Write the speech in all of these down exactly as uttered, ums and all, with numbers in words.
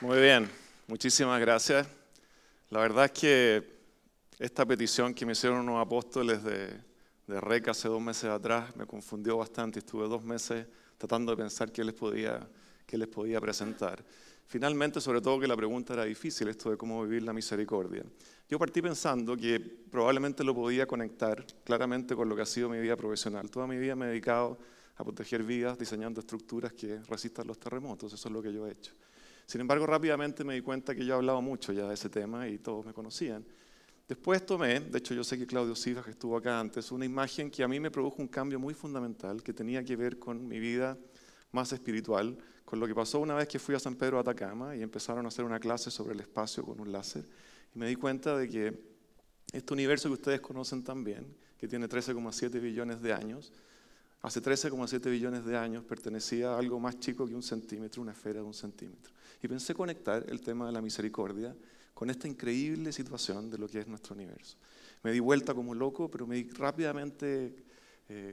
Muy bien, muchísimas gracias. La verdad es que esta petición que me hicieron unos apóstoles de, de R E C hace dos meses atrás me confundió bastante. Estuve dos meses tratando de pensar qué les podía, qué les podía presentar. Finalmente, sobre todo que la pregunta era difícil, esto de cómo vivir la misericordia. Yo partí pensando que probablemente lo podía conectar claramente con lo que ha sido mi vida profesional. Toda mi vida me he dedicado a proteger vidas diseñando estructuras que resistan los terremotos. Eso es lo que yo he hecho. Sin embargo, rápidamente me di cuenta que yo he hablado mucho ya de ese tema y todos me conocían. Después tomé, de hecho yo sé que Claudio Silva, que estuvo acá antes, una imagen que a mí me produjo un cambio muy fundamental que tenía que ver con mi vida más espiritual, con lo que pasó una vez que fui a San Pedro de Atacama y empezaron a hacer una clase sobre el espacio con un láser. Y me di cuenta de que este universo que ustedes conocen también, que tiene trece coma siete billones de años, hace trece coma siete billones de años pertenecía a algo más chico que un centímetro, una esfera de un centímetro. Y pensé conectar el tema de la misericordia con esta increíble situación de lo que es nuestro universo. Me di vuelta como loco, pero me di rápidamente eh,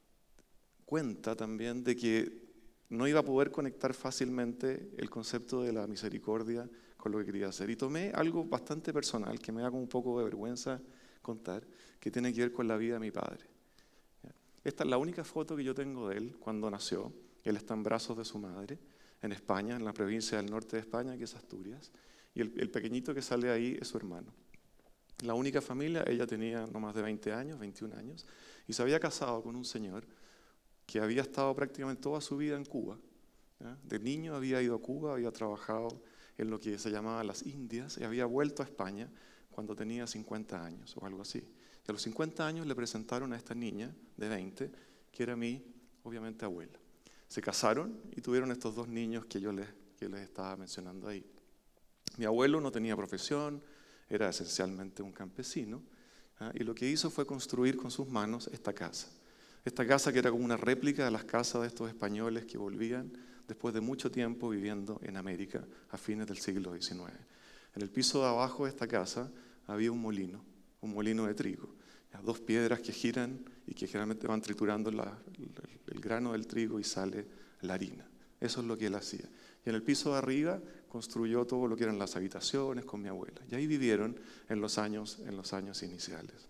cuenta también de que no iba a poder conectar fácilmente el concepto de la misericordia con lo que quería hacer. Y tomé algo bastante personal, que me da como un poco de vergüenza contar, que tiene que ver con la vida de mi padre. Esta es la única foto que yo tengo de él cuando nació. Él está en brazos de su madre, en España, en la provincia del norte de España, que es Asturias. Y el, el pequeñito que sale ahí es su hermano. La única familia, ella tenía no más de veinte años, veintiún años, y se había casado con un señor que había estado prácticamente toda su vida en Cuba. ¿Ya? De niño había ido a Cuba, había trabajado en lo que se llamaba las Indias, y había vuelto a España cuando tenía cincuenta años o algo así. Y a los cincuenta años le presentaron a esta niña de veinte, que era mi, obviamente, abuela. Se casaron y tuvieron estos dos niños que yo les, que les estaba mencionando ahí. Mi abuelo no tenía profesión, era esencialmente un campesino, ¿eh? Y lo que hizo fue construir con sus manos esta casa. Esta casa que era como una réplica de las casas de estos españoles que volvían después de mucho tiempo viviendo en América a fines del siglo diecinueve. En el piso de abajo de esta casa había un molino, un molino de trigo. Dos piedras que giran y que generalmente van triturando la, el, el grano del trigo y sale la harina. Eso es lo que él hacía. Y en el piso de arriba construyó todo lo que eran las habitaciones con mi abuela. Y ahí vivieron en los años, en los años iniciales.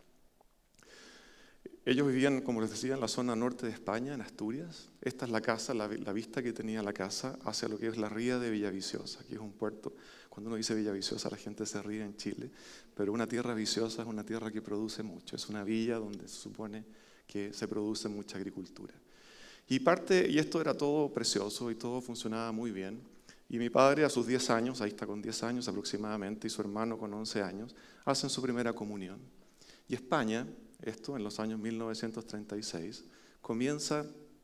Ellos vivían, como les decía, en la zona norte de España, en Asturias. Esta es la casa, la, la vista que tenía la casa hacia lo que es la ría de Villaviciosa, que es un puerto. Cuando uno dice Villaviciosa, la gente se ríe en Chile, pero una tierra viciosa es una tierra que produce mucho. Es una villa donde se supone que se produce mucha agricultura. Y parte, y esto era todo precioso y todo funcionaba muy bien. Y mi padre a sus diez años, ahí está con diez años aproximadamente, y su hermano con once años, hacen su primera comunión. Y España, esto en los años mil novecientos treinta y seis, comienza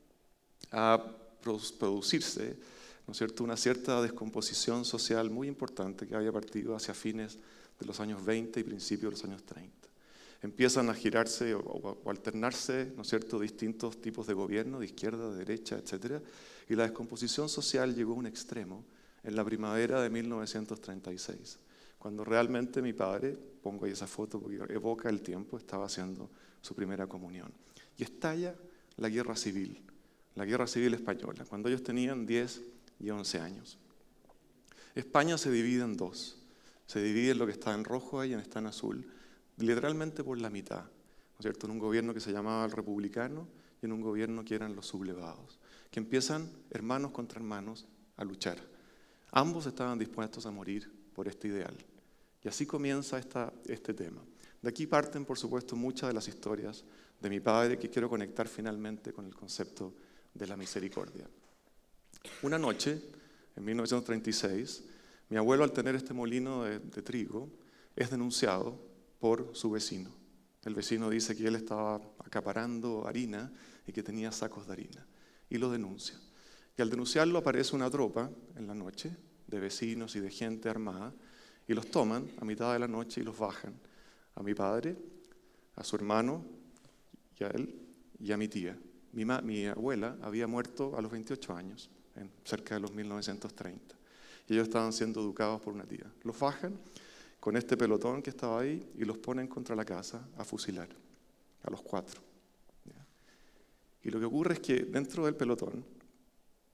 a producirse, ¿no es cierto?, una cierta descomposición social muy importante que había partido hacia fines de los años veinte y principios de los años treinta. Empiezan a girarse o, o alternarse, ¿no es cierto?, distintos tipos de gobierno, de izquierda, de derecha, etcétera, y la descomposición social llegó a un extremo en la primavera de mil novecientos treinta y seis, cuando realmente mi padre, pongo ahí esa foto porque evoca el tiempo, estaba haciendo su primera comunión. Y estalla la guerra civil, la guerra civil española, cuando ellos tenían diez y once años. España se divide en dos, se divide en lo que está en rojo ahí y en está en azul, literalmente por la mitad, ¿no es cierto?, en un gobierno que se llamaba el republicano y en un gobierno que eran los sublevados, que empiezan hermanos contra hermanos a luchar. Ambos estaban dispuestos a morir por este ideal. Y así comienza esta, este tema. De aquí parten, por supuesto, muchas de las historias de mi padre que quiero conectar finalmente con el concepto de la misericordia. Una noche, en mil novecientos treinta y seis, mi abuelo, al tener este molino de, de trigo, es denunciado por su vecino. El vecino dice que él estaba acaparando harina y que tenía sacos de harina. Y lo denuncia. Y al denunciarlo aparece una tropa en la noche de vecinos y de gente armada y los toman a mitad de la noche y los bajan a mi padre, a su hermano y a él y a mi tía. Mi, ma, mi abuela había muerto a los veintiocho años, en, cerca de los mil novecientos treinta. Y ellos estaban siendo educados por una tía. Los bajan con este pelotón que estaba ahí y los ponen contra la casa a fusilar, a los cuatro. ¿Ya? Y lo que ocurre es que dentro del pelotón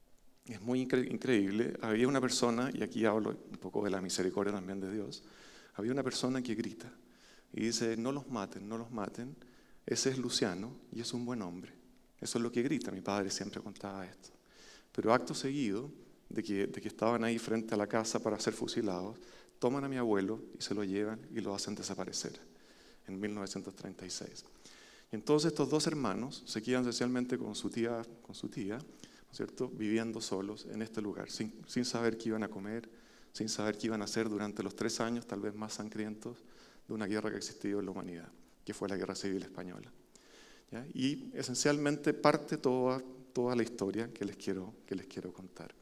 es muy incre increíble. Había una persona, y aquí hablo un poco de la misericordia también de Dios, había una persona que grita y dice, no los maten, no los maten, ese es Luciano y es un buen hombre. Eso es lo que grita, mi padre siempre contaba esto. Pero acto seguido, de que, de que estaban ahí frente a la casa para ser fusilados, toman a mi abuelo y se lo llevan y lo hacen desaparecer en mil novecientos treinta y seis. Y entonces estos dos hermanos se quedan esencialmente con su tía, con su tía, ¿no es cierto?, viviendo solos en este lugar, sin, sin saber qué iban a comer, sin saber qué iban a hacer durante los tres años tal vez más sangrientos de una guerra que ha existido en la humanidad, que fue la Guerra Civil Española. ¿Ya? Y esencialmente parte toda, toda la historia que les, quiero, que les quiero contar.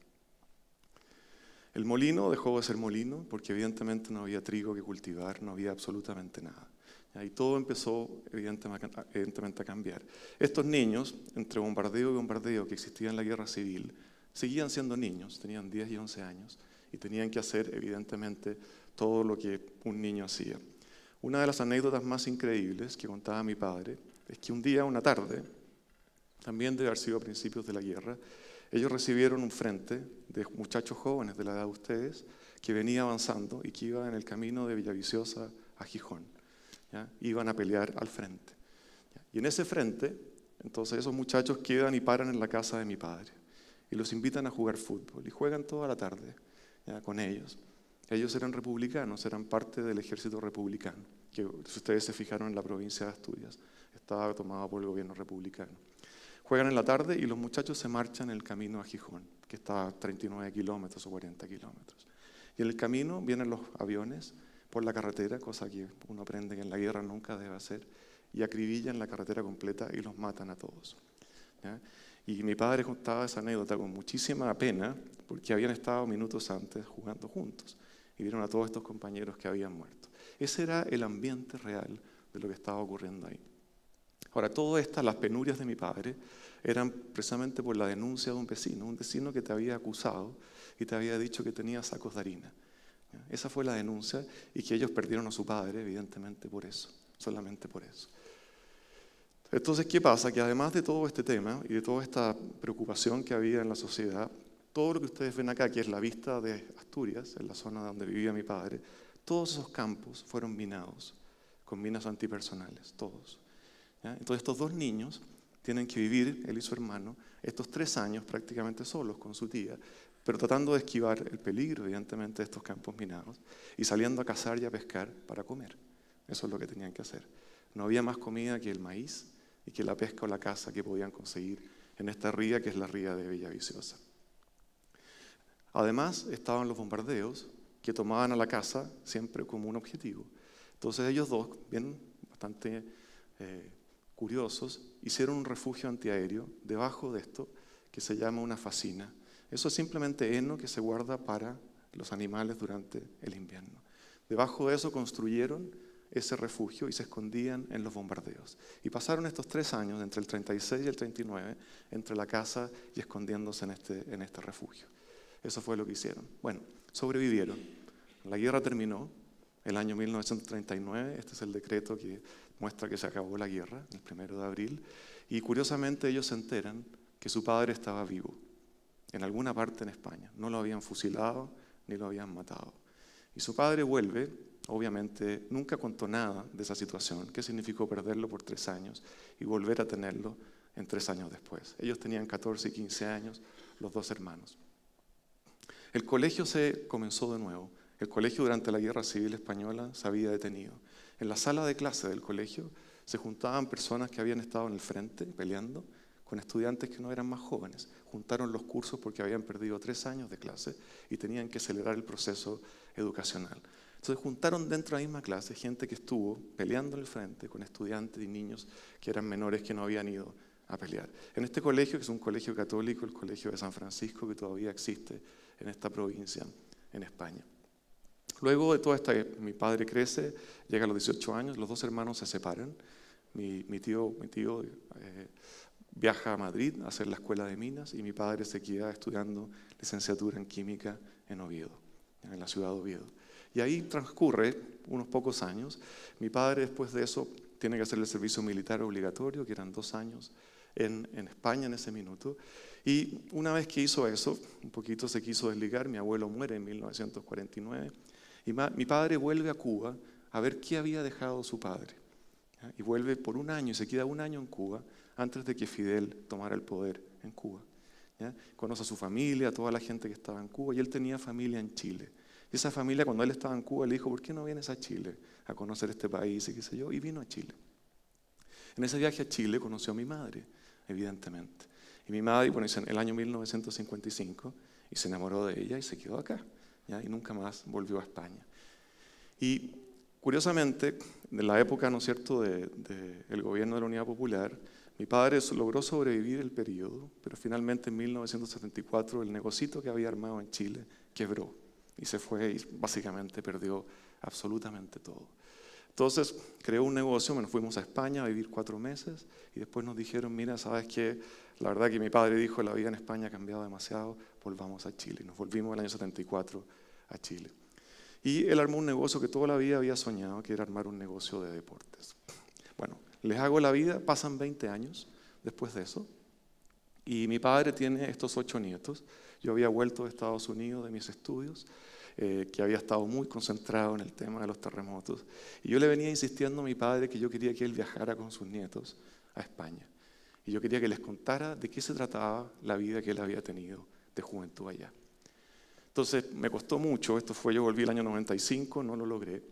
El molino dejó de ser molino porque evidentemente no había trigo que cultivar, no había absolutamente nada. ¿Ya? Y todo empezó evidentemente a cambiar. Estos niños, entre bombardeo y bombardeo que existía en la guerra civil, seguían siendo niños, tenían diez y once años y tenían que hacer evidentemente todo lo que un niño hacía. Una de las anécdotas más increíbles que contaba mi padre es que un día, una tarde, también debe haber sido a principios de la guerra, ellos recibieron un frente de muchachos jóvenes de la edad de ustedes que venía avanzando y que iba en el camino de Villaviciosa a Gijón. ¿Ya? Iban a pelear al frente. ¿Ya? Y en ese frente, entonces esos muchachos quedan y paran en la casa de mi padre y los invitan a jugar fútbol y juegan toda la tarde, ¿ya?, con ellos. Ellos eran republicanos, eran parte del ejército republicano, que si ustedes se fijaron en la provincia de Asturias, estaba tomada por el gobierno republicano. Juegan en la tarde y los muchachos se marchan en el camino a Gijón, que está a treinta y nueve kilómetros o cuarenta kilómetros. Y en el camino vienen los aviones por la carretera, cosa que uno aprende que en la guerra nunca debe hacer, y acribillan la carretera completa y los matan a todos. ¿Ya? Y mi padre contaba esa anécdota con muchísima pena, porque habían estado minutos antes jugando juntos y vieron a todos estos compañeros que habían muerto. Ese era el ambiente real de lo que estaba ocurriendo ahí. Ahora, todas estas, las penurias de mi padre, eran precisamente por la denuncia de un vecino, un vecino que te había acusado y te había dicho que tenía sacos de harina. ¿Ya? Esa fue la denuncia y que ellos perdieron a su padre, evidentemente por eso, solamente por eso. Entonces, ¿qué pasa? Que además de todo este tema y de toda esta preocupación que había en la sociedad, todo lo que ustedes ven acá, que es la vista de Asturias, en la zona donde vivía mi padre, todos esos campos fueron minados con minas antipersonales, todos. ¿Ya? Entonces estos dos niños tienen que vivir, él y su hermano, estos tres años prácticamente solos con su tía, pero tratando de esquivar el peligro, evidentemente, de estos campos minados y saliendo a cazar y a pescar para comer. Eso es lo que tenían que hacer. No había más comida que el maíz y que la pesca o la caza que podían conseguir en esta ría que es la ría de Villaviciosa. Además, estaban los bombardeos que tomaban a la casa siempre como un objetivo. Entonces ellos dos, bien bastante eh, curiosos, hicieron un refugio antiaéreo debajo de esto que se llama una facina. Eso es simplemente heno que se guarda para los animales durante el invierno. Debajo de eso construyeron ese refugio y se escondían en los bombardeos. Y pasaron estos tres años, entre el treinta y seis y el treinta y nueve, entre la casa y escondiéndose en este, en este refugio. Eso fue lo que hicieron. Bueno, sobrevivieron. La guerra terminó el año mil novecientos treinta y nueve. Este es el decreto que muestra que se acabó la guerra, el primero de abril. Y curiosamente ellos se enteran que su padre estaba vivo, en alguna parte en España. No lo habían fusilado ni lo habían matado. Y su padre vuelve, obviamente nunca contó nada de esa situación, qué significó perderlo por tres años y volver a tenerlo en tres años después. Ellos tenían catorce y quince años, los dos hermanos. El colegio se comenzó de nuevo. El colegio durante la Guerra Civil Española se había detenido. En la sala de clase del colegio se juntaban personas que habían estado en el frente peleando con estudiantes que no eran más jóvenes. Juntaron los cursos porque habían perdido tres años de clase y tenían que acelerar el proceso educacional. Entonces juntaron dentro de la misma clase gente que estuvo peleando en el frente con estudiantes y niños que eran menores que no habían ido a pelear. En este colegio, que es un colegio católico, el Colegio de San Francisco, que todavía existe en esta provincia, en España. Luego de todo esto, mi padre crece, llega a los dieciocho años, los dos hermanos se separan. Mi, mi tío, mi tío eh, viaja a Madrid a hacer la escuela de minas y mi padre se queda estudiando licenciatura en química en Oviedo, en la ciudad de Oviedo. Y ahí transcurre unos pocos años. Mi padre después de eso tiene que hacer el servicio militar obligatorio, que eran dos años en, en España en ese minuto. Y una vez que hizo eso, un poquito se quiso desligar, mi abuelo muere en mil novecientos cuarenta y nueve, y ma- mi padre vuelve a Cuba a ver qué había dejado su padre. ¿Ya? Y vuelve por un año y se queda un año en Cuba antes de que Fidel tomara el poder en Cuba. ¿Ya? Conoce a su familia, a toda la gente que estaba en Cuba, y él tenía familia en Chile. Y esa familia, cuando él estaba en Cuba, le dijo, ¿por qué no vienes a Chile a conocer este país? Y qué sé yo, y vino a Chile. En ese viaje a Chile conoció a mi madre, evidentemente. Y mi madre, bueno, en el año mil novecientos cincuenta y cinco, y se enamoró de ella y se quedó acá, ¿ya? Y nunca más volvió a España. Y curiosamente, en la época, ¿no es cierto?, del de, de gobierno de la Unidad Popular, mi padre logró sobrevivir el periodo, pero finalmente en mil novecientos setenta y cuatro el negocito que había armado en Chile quebró y se fue y básicamente perdió absolutamente todo. Entonces creó un negocio, nos fuimos a España a vivir cuatro meses y después nos dijeron, mira, ¿sabes qué? La verdad que mi padre dijo, la vida en España ha cambiado demasiado, volvamos a Chile. Y nos volvimos el año setenta y cuatro a Chile. Y él armó un negocio que toda la vida había soñado, que era armar un negocio de deportes. Bueno, les hago la vida, pasan veinte años después de eso, y mi padre tiene estos ocho nietos. Yo había vuelto de Estados Unidos de mis estudios, eh, que había estado muy concentrado en el tema de los terremotos, y yo le venía insistiendo a mi padre que yo quería que él viajara con sus nietos a España, y yo quería que les contara de qué se trataba la vida que él había tenido de juventud allá. Entonces me costó mucho, esto fue, yo volví el año noventa y cinco, no lo logré,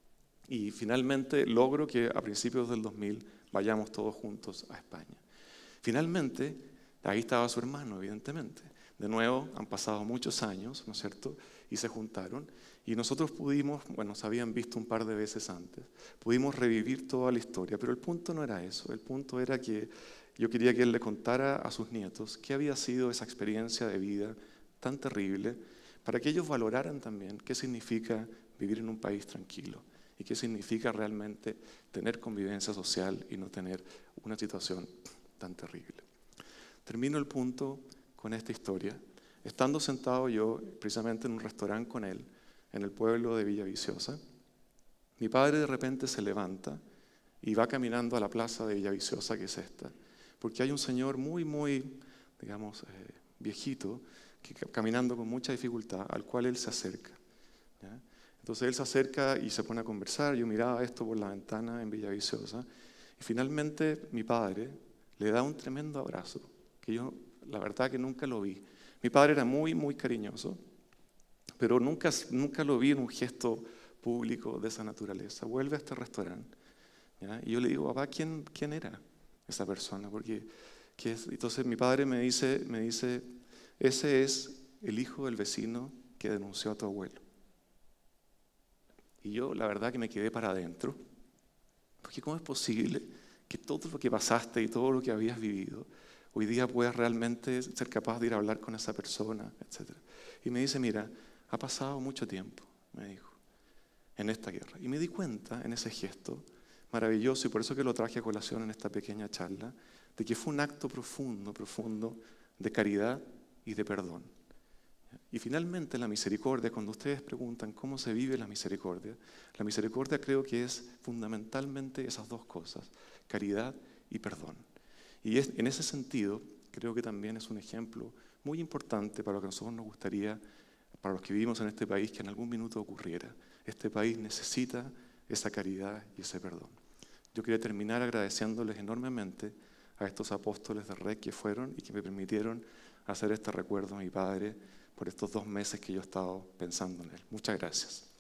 y finalmente logro que a principios del dos mil vayamos todos juntos a España. Finalmente, ahí estaba su hermano, evidentemente. De nuevo, han pasado muchos años, ¿no es cierto?, y se juntaron, y nosotros pudimos, bueno, se habían visto un par de veces antes, pudimos revivir toda la historia, pero el punto no era eso, el punto era que yo quería que él le contara a sus nietos qué había sido esa experiencia de vida tan terrible, para que ellos valoraran también qué significa vivir en un país tranquilo y qué significa realmente tener convivencia social y no tener una situación tan terrible. Termino el punto con esta historia. Estando sentado yo precisamente en un restaurante con él, en el pueblo de Villaviciosa, mi padre de repente se levanta y va caminando a la plaza de Villaviciosa, que es esta, porque hay un señor muy, muy, digamos, eh, viejito, que, caminando con mucha dificultad, al cual él se acerca. ¿Ya? Entonces él se acerca y se pone a conversar, yo miraba esto por la ventana en Villaviciosa, y finalmente mi padre le da un tremendo abrazo, que yo la verdad que nunca lo vi. Mi padre era muy, muy cariñoso, pero nunca, nunca lo vi en un gesto público de esa naturaleza. Vuelve a este restaurante, ¿ya? Y yo le digo, papá, ¿quién, quién era esa persona? Porque, ¿qué es? Entonces mi padre me dice, me dice, ese es el hijo del vecino que denunció a tu abuelo. Y yo la verdad que me quedé para adentro, porque ¿cómo es posible que todo lo que pasaste y todo lo que habías vivido hoy día puedas realmente ser capaz de ir a hablar con esa persona, etcétera? Y me dice, mira, ha pasado mucho tiempo, me dijo, en esta guerra. Y me di cuenta en ese gesto maravilloso, y por eso que lo traje a colación en esta pequeña charla, de que fue un acto profundo, profundo de caridad y de perdón. Y finalmente la misericordia, cuando ustedes preguntan cómo se vive la misericordia, la misericordia creo que es fundamentalmente esas dos cosas, caridad y perdón. Y es, en ese sentido, creo que también es un ejemplo muy importante para lo que a nosotros nos gustaría, para los que vivimos en este país, que en algún minuto ocurriera. Este país necesita esa caridad y ese perdón. Yo quería terminar agradeciéndoles enormemente a estos apóstoles de Red que fueron y que me permitieron hacer este recuerdo a mi padre por estos dos meses que yo he estado pensando en él. Muchas gracias.